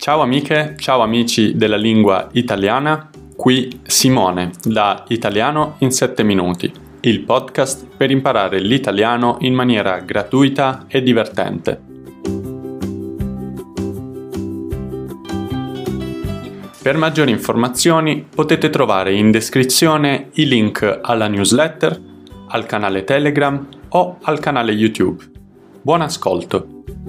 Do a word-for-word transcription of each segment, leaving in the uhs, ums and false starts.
Ciao amiche, ciao amici della lingua italiana, qui Simone da Italiano in sette minuti, il podcast per imparare l'italiano in maniera gratuita e divertente. Per maggiori informazioni potete trovare in descrizione i link alla newsletter, al canale Telegram o al canale YouTube. Buon ascolto!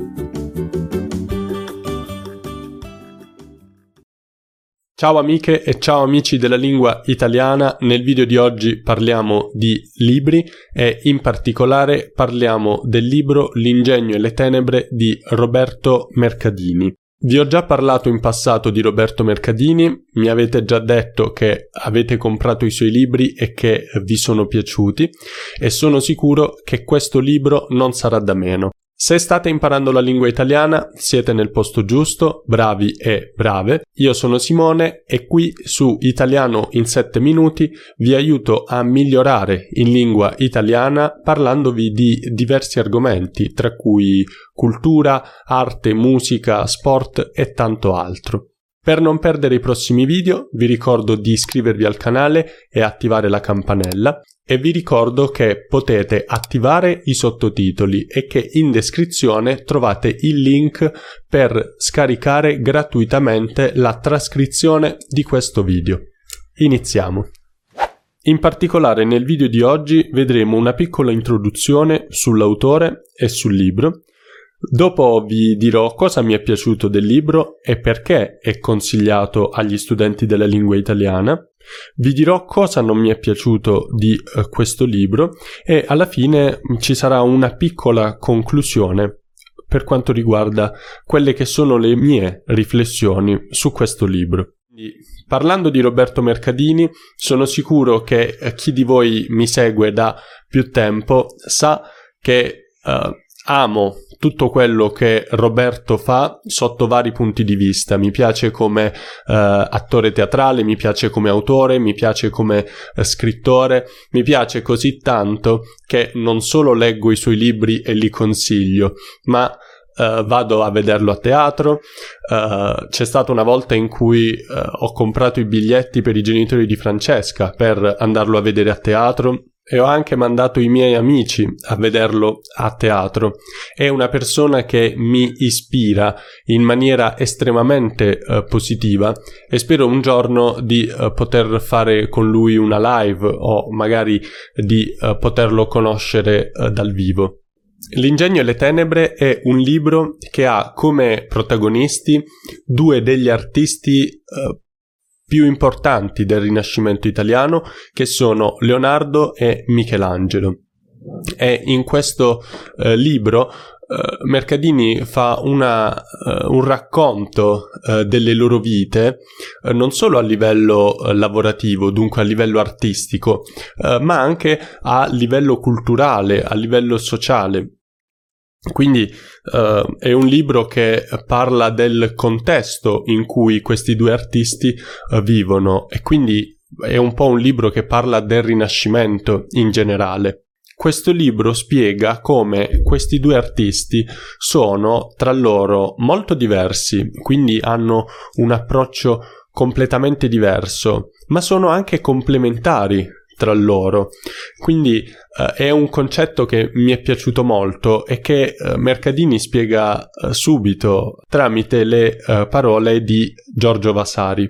Ciao amiche e ciao amici della lingua italiana, nel video di oggi parliamo di libri e in particolare parliamo del libro L'ingegno e le tenebre di Roberto Mercadini. Vi ho già parlato in passato di Roberto Mercadini, mi avete già detto che avete comprato i suoi libri e che vi sono piaciuti e sono sicuro che questo libro non sarà da meno. Se state imparando la lingua italiana, siete nel posto giusto, bravi e brave. Io sono Simone e qui su Italiano in sette minuti vi aiuto a migliorare in lingua italiana parlandovi di diversi argomenti, tra cui cultura, arte, musica, sport e tanto altro. Per non perdere i prossimi video, vi ricordo di iscrivervi al canale e attivare la campanella e vi ricordo che potete attivare i sottotitoli e che in descrizione trovate il link per scaricare gratuitamente la trascrizione di questo video. Iniziamo. In particolare nel video di oggi vedremo una piccola introduzione sull'autore e sul libro. Dopo vi dirò cosa mi è piaciuto del libro e perché è consigliato agli studenti della lingua italiana. Vi dirò cosa non mi è piaciuto di uh, questo libro e alla fine ci sarà una piccola conclusione per quanto riguarda quelle che sono le mie riflessioni su questo libro. Quindi, parlando di Roberto Mercadini, sono sicuro che uh, chi di voi mi segue da più tempo sa che uh, amo tutto quello che Roberto fa sotto vari punti di vista. Mi piace come uh, attore teatrale, mi piace come autore, mi piace come uh, scrittore, mi piace così tanto che non solo leggo i suoi libri e li consiglio, ma uh, vado a vederlo a teatro. Uh, c'è stata una volta in cui uh, ho comprato i biglietti per i genitori di Francesca per andarlo a vedere a teatro. E ho anche mandato i miei amici a vederlo a teatro. È una persona che mi ispira in maniera estremamente uh, positiva e spero un giorno di uh, poter fare con lui una live o magari di uh, poterlo conoscere uh, dal vivo. L'ingegno e le tenebre è un libro che ha come protagonisti due degli artisti uh, più importanti del Rinascimento italiano, che sono Leonardo e Michelangelo. E in questo eh, libro eh, Mercadini fa una, eh, un racconto eh, delle loro vite, eh, non solo a livello eh, lavorativo, dunque a livello artistico, eh, ma anche a livello culturale, a livello sociale. Quindi uh, è un libro che parla del contesto in cui questi due artisti uh, vivono e quindi è un po' un libro che parla del Rinascimento in generale. Questo libro spiega come questi due artisti sono tra loro molto diversi, quindi hanno un approccio completamente diverso, ma sono anche complementari tra loro. Quindi uh, è un concetto che mi è piaciuto molto e che uh, Mercadini spiega uh, subito tramite le uh, parole di Giorgio Vasari.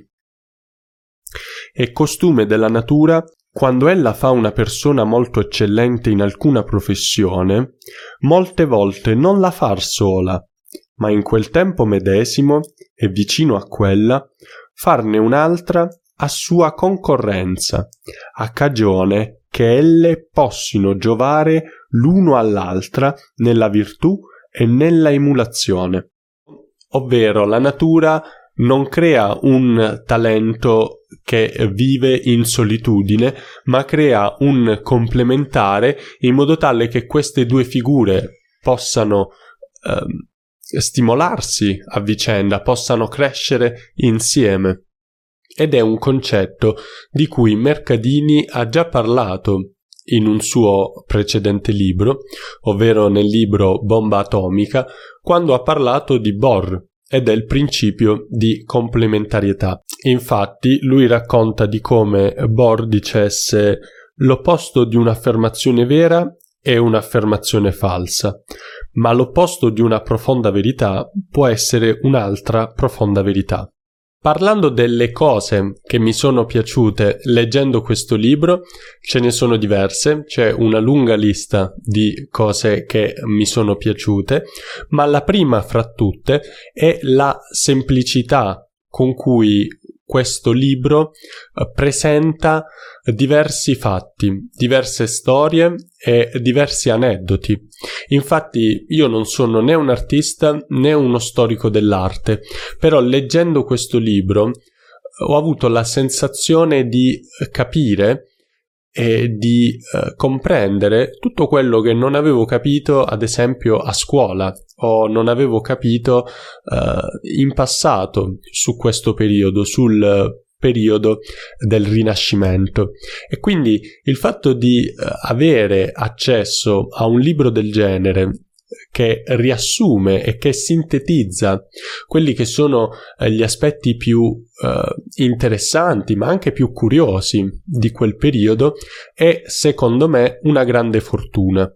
È costume della natura, quando ella fa una persona molto eccellente in alcuna professione, molte volte non la far sola, ma in quel tempo medesimo e vicino a quella farne un'altra a sua concorrenza, a cagione che elle possino giovare l'uno all'altra nella virtù e nella emulazione. Ovvero la natura non crea un talento che vive in solitudine, ma crea un complementare in modo tale che queste due figure possano ehm, stimolarsi a vicenda, possano crescere insieme. Ed è un concetto di cui Mercadini ha già parlato in un suo precedente libro, ovvero nel libro Bomba atomica, quando ha parlato di Bohr, ed è il principio di complementarietà. Infatti lui racconta di come Bohr dicesse: l'opposto di un'affermazione vera è un'affermazione falsa, ma l'opposto di una profonda verità può essere un'altra profonda verità. Parlando delle cose che mi sono piaciute leggendo questo libro, ce ne sono diverse, c'è una lunga lista di cose che mi sono piaciute, ma la prima fra tutte è la semplicità con cui questo libro presenta diversi fatti, diverse storie e diversi aneddoti. Infatti io non sono né un artista né uno storico dell'arte, però leggendo questo libro ho avuto la sensazione di capire e di eh, comprendere tutto quello che non avevo capito, ad esempio a scuola, o non avevo capito eh, in passato su questo periodo, sul periodo del Rinascimento. E quindi il fatto di eh, avere accesso a un libro del genere che riassume e che sintetizza quelli che sono eh, gli aspetti più eh, interessanti ma anche più curiosi di quel periodo è, secondo me, una grande fortuna.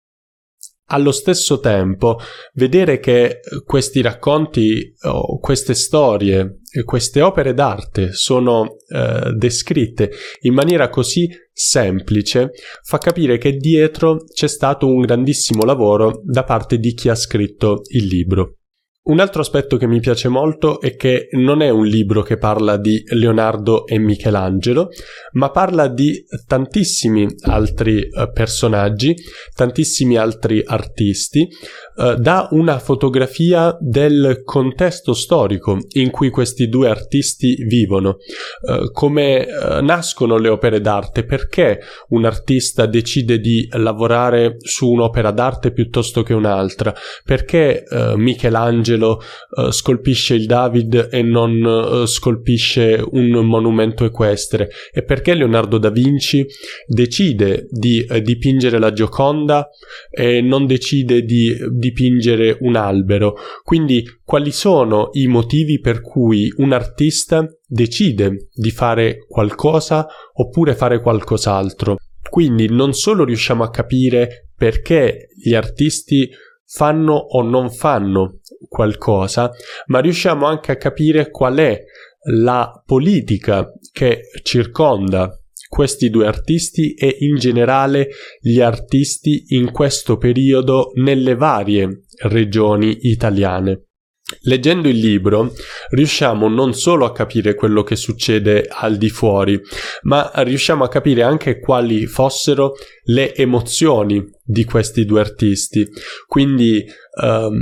Allo stesso tempo, vedere che questi racconti o queste storie, queste opere d'arte sono eh, descritte in maniera così semplice fa capire che dietro c'è stato un grandissimo lavoro da parte di chi ha scritto il libro. Un altro aspetto che mi piace molto è che non è un libro che parla di Leonardo e Michelangelo, ma parla di tantissimi altri eh, personaggi, tantissimi altri artisti, eh, da una fotografia del contesto storico in cui questi due artisti vivono, eh, come eh, nascono le opere d'arte, perché un artista decide di lavorare su un'opera d'arte piuttosto che un'altra, perché eh, Michelangelo Uh, scolpisce il David e non uh, scolpisce un monumento equestre, e perché Leonardo da Vinci decide di uh, dipingere la Gioconda e non decide di dipingere un albero. Quindi quali sono i motivi per cui un artista decide di fare qualcosa oppure fare qualcos'altro? Quindi non solo riusciamo a capire perché gli artisti fanno o non fanno qualcosa, ma riusciamo anche a capire qual è la politica che circonda questi due artisti e in generale gli artisti in questo periodo nelle varie regioni italiane. Leggendo il libro riusciamo non solo a capire quello che succede al di fuori, ma riusciamo a capire anche quali fossero le emozioni di questi due artisti. Quindi um,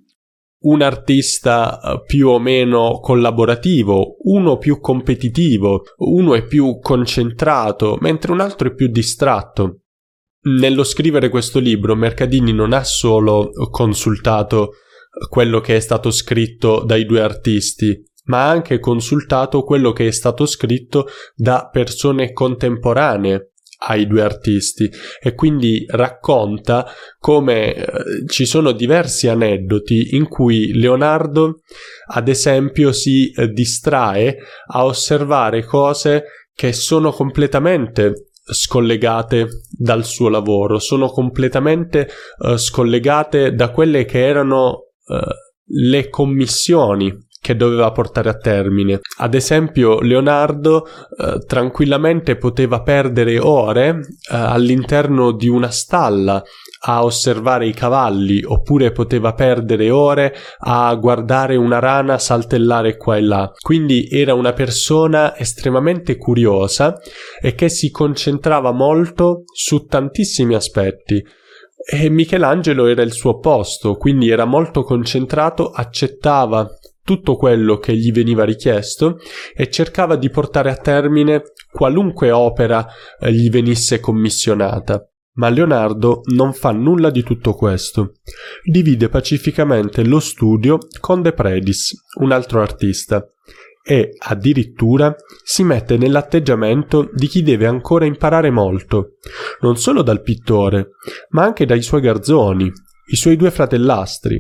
un artista più o meno collaborativo, uno più competitivo, uno è più concentrato, mentre un altro è più distratto. Nello scrivere questo libro Mercadini non ha solo consultato quello che è stato scritto dai due artisti, ma ha anche consultato quello che è stato scritto da persone contemporanee ai due artisti, e quindi racconta come eh, ci sono diversi aneddoti in cui Leonardo, ad esempio, si eh, distrae a osservare cose che sono completamente scollegate dal suo lavoro, sono completamente eh, scollegate da quelle che erano Uh, le commissioni che doveva portare a termine. Ad esempio Leonardo uh, tranquillamente poteva perdere ore uh, all'interno di una stalla a osservare i cavalli, oppure poteva perdere ore a guardare una rana saltellare qua e là. Quindi era una persona estremamente curiosa e che si concentrava molto su tantissimi aspetti. E Michelangelo era il suo opposto, quindi era molto concentrato, accettava tutto quello che gli veniva richiesto e cercava di portare a termine qualunque opera gli venisse commissionata. Ma Leonardo non fa nulla di tutto questo. Divide pacificamente lo studio con De Predis, un altro artista, e addirittura si mette nell'atteggiamento di chi deve ancora imparare molto, non solo dal pittore, ma anche dai suoi garzoni, i suoi due fratellastri.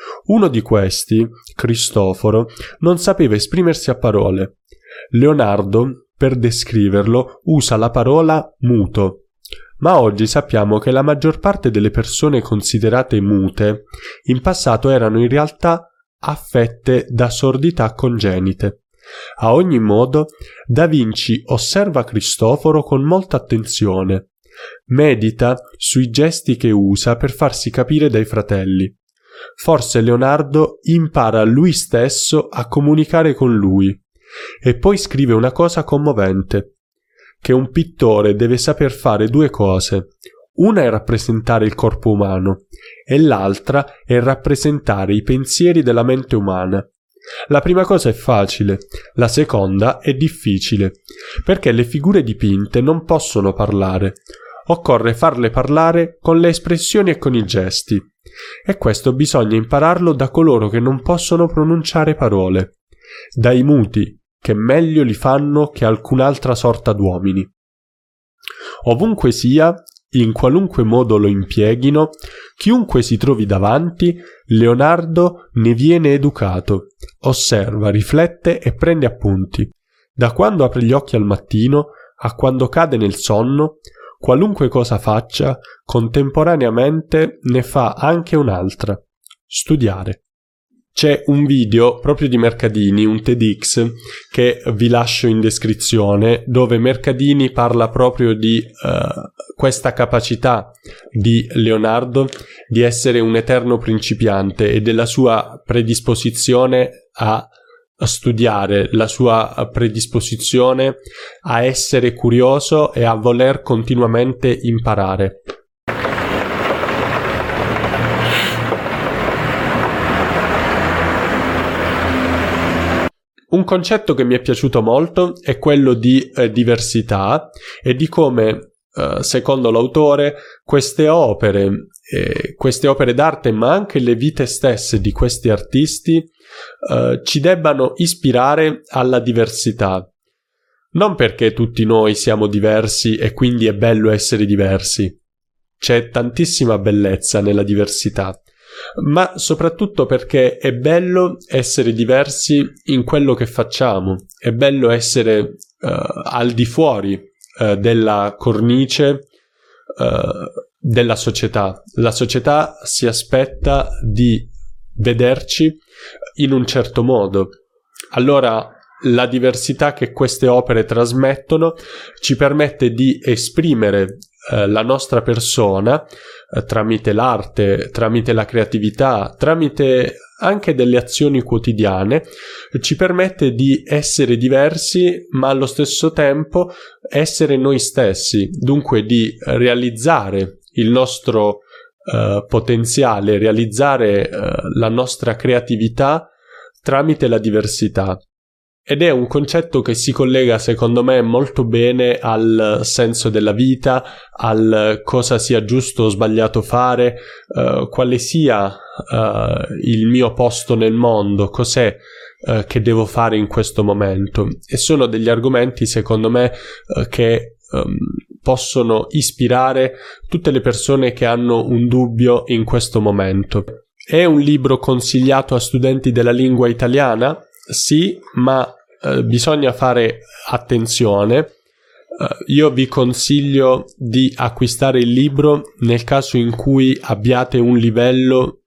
Uno di questi, Cristoforo, non sapeva esprimersi a parole. Leonardo, per descriverlo, usa la parola muto. Ma oggi sappiamo che la maggior parte delle persone considerate mute in passato erano in realtà affette da sordità congenite. A ogni modo, Da Vinci osserva Cristoforo con molta attenzione. Medita sui gesti che usa per farsi capire dai fratelli. Forse Leonardo impara lui stesso a comunicare con lui. E poi scrive una cosa commovente, che un pittore deve saper fare due cose. Una è rappresentare il corpo umano e l'altra è rappresentare i pensieri della mente umana. La prima cosa è facile, la seconda è difficile, perché le figure dipinte non possono parlare. Occorre farle parlare con le espressioni e con i gesti. E questo bisogna impararlo da coloro che non possono pronunciare parole, dai muti, che meglio li fanno che alcun'altra sorta d'uomini. Ovunque sia, in qualunque modo lo impieghino, chiunque si trovi davanti, Leonardo ne viene educato, osserva, riflette e prende appunti. Da quando apre gli occhi al mattino a quando cade nel sonno, qualunque cosa faccia, contemporaneamente ne fa anche un'altra: studiare. C'è un video proprio di Mercadini, un TEDx, che vi lascio in descrizione, dove Mercadini parla proprio di uh, questa capacità di Leonardo di essere un eterno principiante e della sua predisposizione a studiare, la sua predisposizione a essere curioso e a voler continuamente imparare. Un concetto che mi è piaciuto molto è quello di eh, diversità e di come, eh, secondo l'autore, queste opere, eh, queste opere d'arte, ma anche le vite stesse di questi artisti, eh, ci debbano ispirare alla diversità. Non perché tutti noi siamo diversi e quindi è bello essere diversi. C'è tantissima bellezza nella diversità. Ma soprattutto perché è bello essere diversi in quello che facciamo, è bello essere uh, al di fuori uh, della cornice uh, della società. La società si aspetta di vederci in un certo modo. Allora la diversità che queste opere trasmettono ci permette di esprimere uh, la nostra persona tramite l'arte, tramite la creatività, tramite anche delle azioni quotidiane, ci permette di essere diversi ma allo stesso tempo essere noi stessi, dunque di realizzare il nostro uh, potenziale, realizzare uh, la nostra creatività tramite la diversità. Ed è un concetto che si collega secondo me molto bene al senso della vita, al cosa sia giusto o sbagliato fare, uh, quale sia uh, il mio posto nel mondo, cos'è uh, che devo fare in questo momento. E sono degli argomenti secondo me uh, che um, possono ispirare tutte le persone che hanno un dubbio in questo momento. È un libro consigliato a studenti della lingua italiana? Sì, ma eh, bisogna fare attenzione. Eh, io vi consiglio di acquistare il libro nel caso in cui abbiate un livello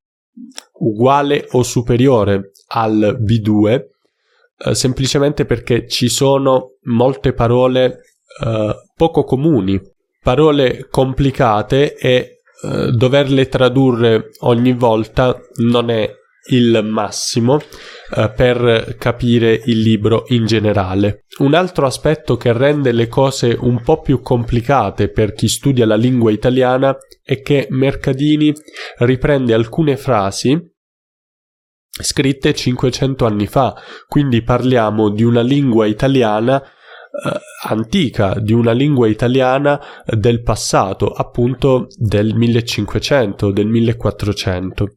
uguale o superiore al B due, eh, semplicemente perché ci sono molte parole eh, poco comuni, parole complicate e eh, doverle tradurre ogni volta non è il massimo eh, per capire il libro in generale. Un altro aspetto che rende le cose un po' più complicate per chi studia la lingua italiana è che Mercadini riprende alcune frasi scritte cinquecento anni fa, quindi parliamo di una lingua italiana eh, antica, di una lingua italiana del passato, appunto del millecinquecento, del millequattrocento.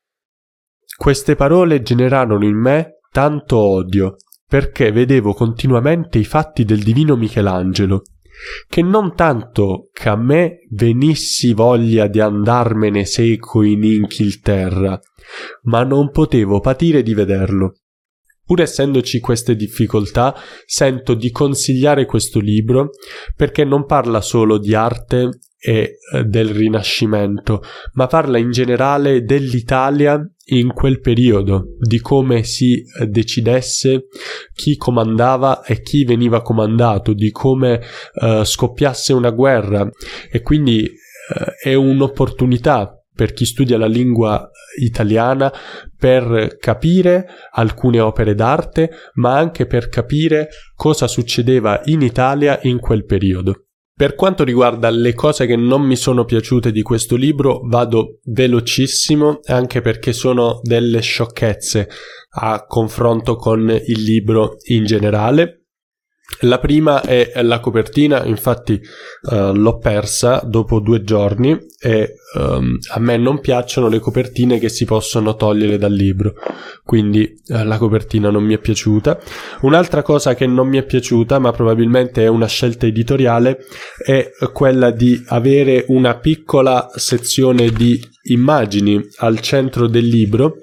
Queste parole generarono in me tanto odio, perché vedevo continuamente i fatti del divino Michelangelo. che non tanto che a me venissi voglia di andarmene seco in Inghilterra, ma non potevo patire di vederlo. Pur essendoci queste difficoltà, sento di consigliare questo libro perché non parla solo di arte e eh, del Rinascimento, ma parla in generale dell'Italia in quel periodo, di come si eh, decidesse chi comandava e chi veniva comandato, di come eh, scoppiasse una guerra, e quindi eh, è un'opportunità per chi studia la lingua italiana per capire alcune opere d'arte, ma anche per capire cosa succedeva in Italia in quel periodo. Per quanto riguarda le cose che non mi sono piaciute di questo libro, vado velocissimo, anche perché sono delle sciocchezze a confronto con il libro in generale. La prima è la copertina, infatti uh, l'ho persa dopo due giorni e um, a me non piacciono le copertine che si possono togliere dal libro, quindi uh, la copertina non mi è piaciuta. Un'altra cosa che non mi è piaciuta, ma probabilmente è una scelta editoriale, è quella di avere una piccola sezione di immagini al centro del libro.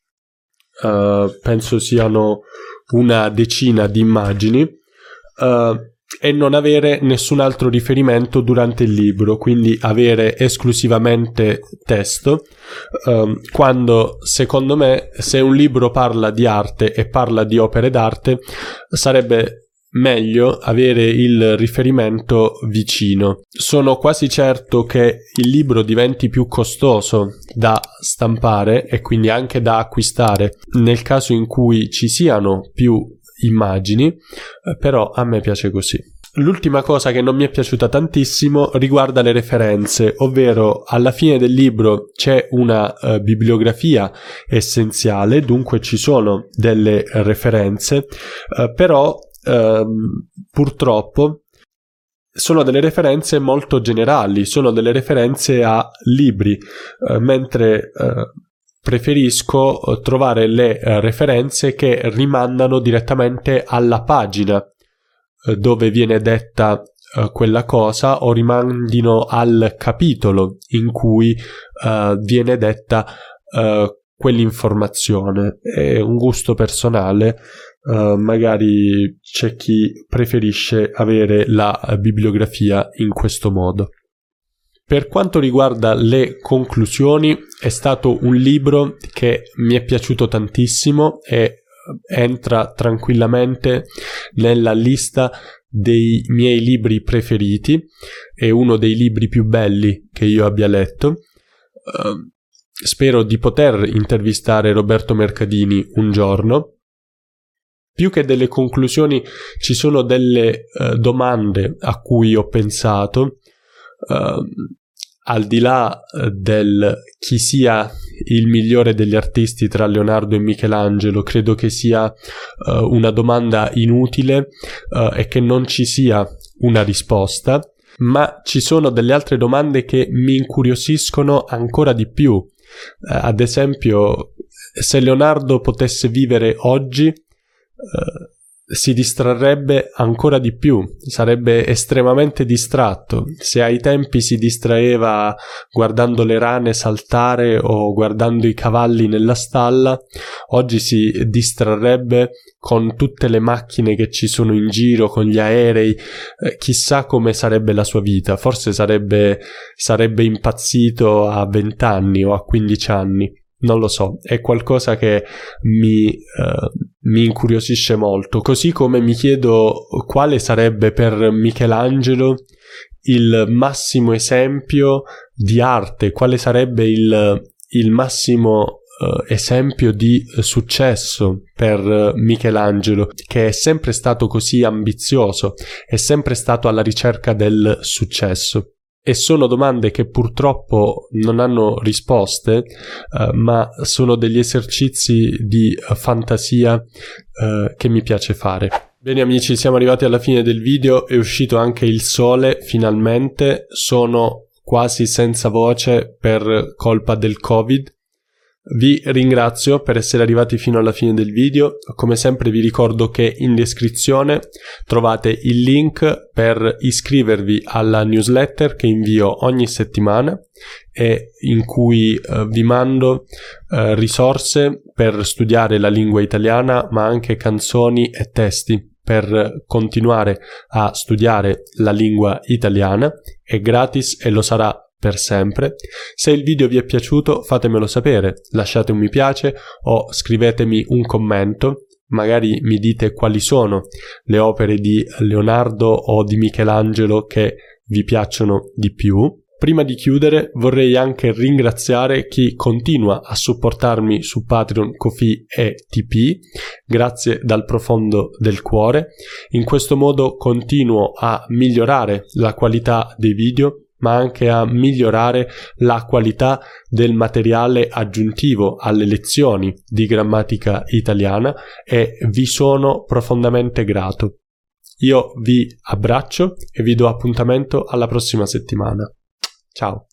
Uh, penso siano una decina di immagini. Uh, e non avere nessun altro riferimento durante il libro, quindi avere esclusivamente testo, uh, quando secondo me, se un libro parla di arte e parla di opere d'arte, sarebbe meglio avere il riferimento vicino. Sono quasi certo che il libro diventi più costoso da stampare e quindi anche da acquistare nel caso in cui ci siano più immagini, però a me piace così. L'ultima cosa che non mi è piaciuta tantissimo riguarda le referenze, ovvero alla fine del libro c'è una uh, bibliografia essenziale, dunque ci sono delle referenze, uh, però uh, purtroppo sono delle referenze molto generali, sono delle referenze a libri, uh, mentre uh, preferisco trovare le uh, referenze che rimandano direttamente alla pagina uh, dove viene detta uh, quella cosa, o rimandino al capitolo in cui uh, viene detta uh, quell'informazione. È un gusto personale, uh, magari c'è chi preferisce avere la uh, bibliografia in questo modo. Per quanto riguarda le conclusioni, è stato un libro che mi è piaciuto tantissimo e entra tranquillamente nella lista dei miei libri preferiti, è uno dei libri più belli che io abbia letto. Uh, spero di poter intervistare Roberto Mercadini un giorno. Più che delle conclusioni ci sono delle uh, domande a cui ho pensato. Uh, al di là uh, del chi sia il migliore degli artisti tra Leonardo e Michelangelo, credo che sia uh, una domanda inutile uh, e che non ci sia una risposta, ma ci sono delle altre domande che mi incuriosiscono ancora di più. Uh, ad esempio, se Leonardo potesse vivere oggi, uh, si distrarrebbe ancora di più, sarebbe estremamente distratto. Se ai tempi si distraeva guardando le rane saltare o guardando i cavalli nella stalla, oggi si distrarrebbe con tutte le macchine che ci sono in giro, con gli aerei. Eh, chissà come sarebbe la sua vita, forse sarebbe, sarebbe impazzito a vent'anni o a quindici anni. Non lo so, è qualcosa che mi, uh, mi incuriosisce molto, così come mi chiedo quale sarebbe per Michelangelo il massimo esempio di arte, quale sarebbe il, il massimo uh, esempio di successo per Michelangelo, che è sempre stato così ambizioso, è sempre stato alla ricerca del successo. E sono domande che purtroppo non hanno risposte, uh, ma sono degli esercizi di uh, fantasia uh, che mi piace fare. Bene amici, siamo arrivati alla fine del video, è uscito anche il sole finalmente, sono quasi senza voce per colpa del Covid, Vi ringrazio per essere arrivati fino alla fine del video. Come sempre vi ricordo che in descrizione trovate il link per iscrivervi alla newsletter che invio ogni settimana e in cui eh, vi mando eh, risorse per studiare la lingua italiana, ma anche canzoni e testi per continuare a studiare la lingua italiana. È gratis e lo sarà per sempre. Se il video vi è piaciuto fatemelo sapere, lasciate un mi piace o scrivetemi un commento, magari mi dite quali sono le opere di Leonardo o di Michelangelo che vi piacciono di più. Prima di chiudere vorrei anche ringraziare chi continua a supportarmi su Patreon, Ko-fi e T P, grazie dal profondo del cuore. In questo modo continuo a migliorare la qualità dei video, ma anche a migliorare la qualità del materiale aggiuntivo alle lezioni di grammatica italiana e vi sono profondamente grato. Io vi abbraccio e vi do appuntamento alla prossima settimana. Ciao!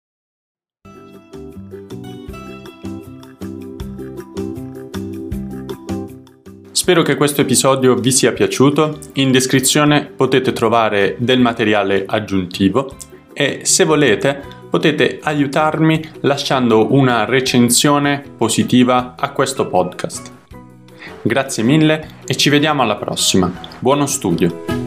Spero che questo episodio vi sia piaciuto. In descrizione potete trovare del materiale aggiuntivo e se volete potete aiutarmi lasciando una recensione positiva a questo podcast. Grazie mille e ci vediamo alla prossima. Buono studio!